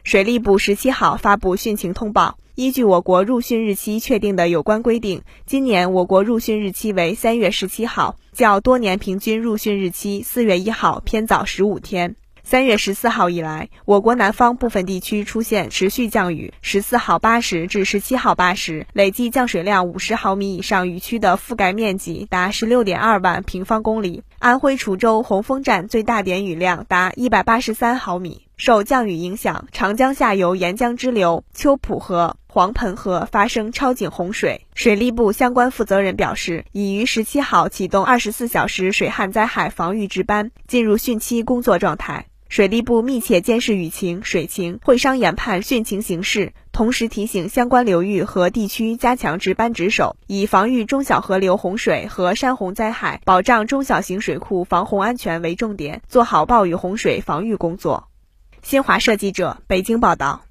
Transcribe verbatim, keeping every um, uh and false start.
水利部十七号发布汛情通报，依据我国入汛日期确定的有关规定，今年我国入汛日期为三月十七号，较多年平均入汛日期四月一号偏早十五天。三月十四号以来，我国南方部分地区出现持续降雨，十四号八时至十七号八时，累计降水量五十毫米以上雨区的覆盖面积达 十六点二万平方公里。安徽滁州洪峰站最大点雨量达一百八十三毫米。受降雨影响，长江下游沿江支流秋浦河、黄盆河发生超警洪水。水利部相关负责人表示，已于十七号启动二十四小时水旱灾害防御值班，进入汛期工作状态。水利部密切监视雨情、水情，会商研判汛情形势，同时提醒相关流域和地区加强值班值守，以防御中小河流洪水和山洪灾害，保障中小型水库防洪安全为重点，做好暴雨洪水防御工作。新华社记者北京报道。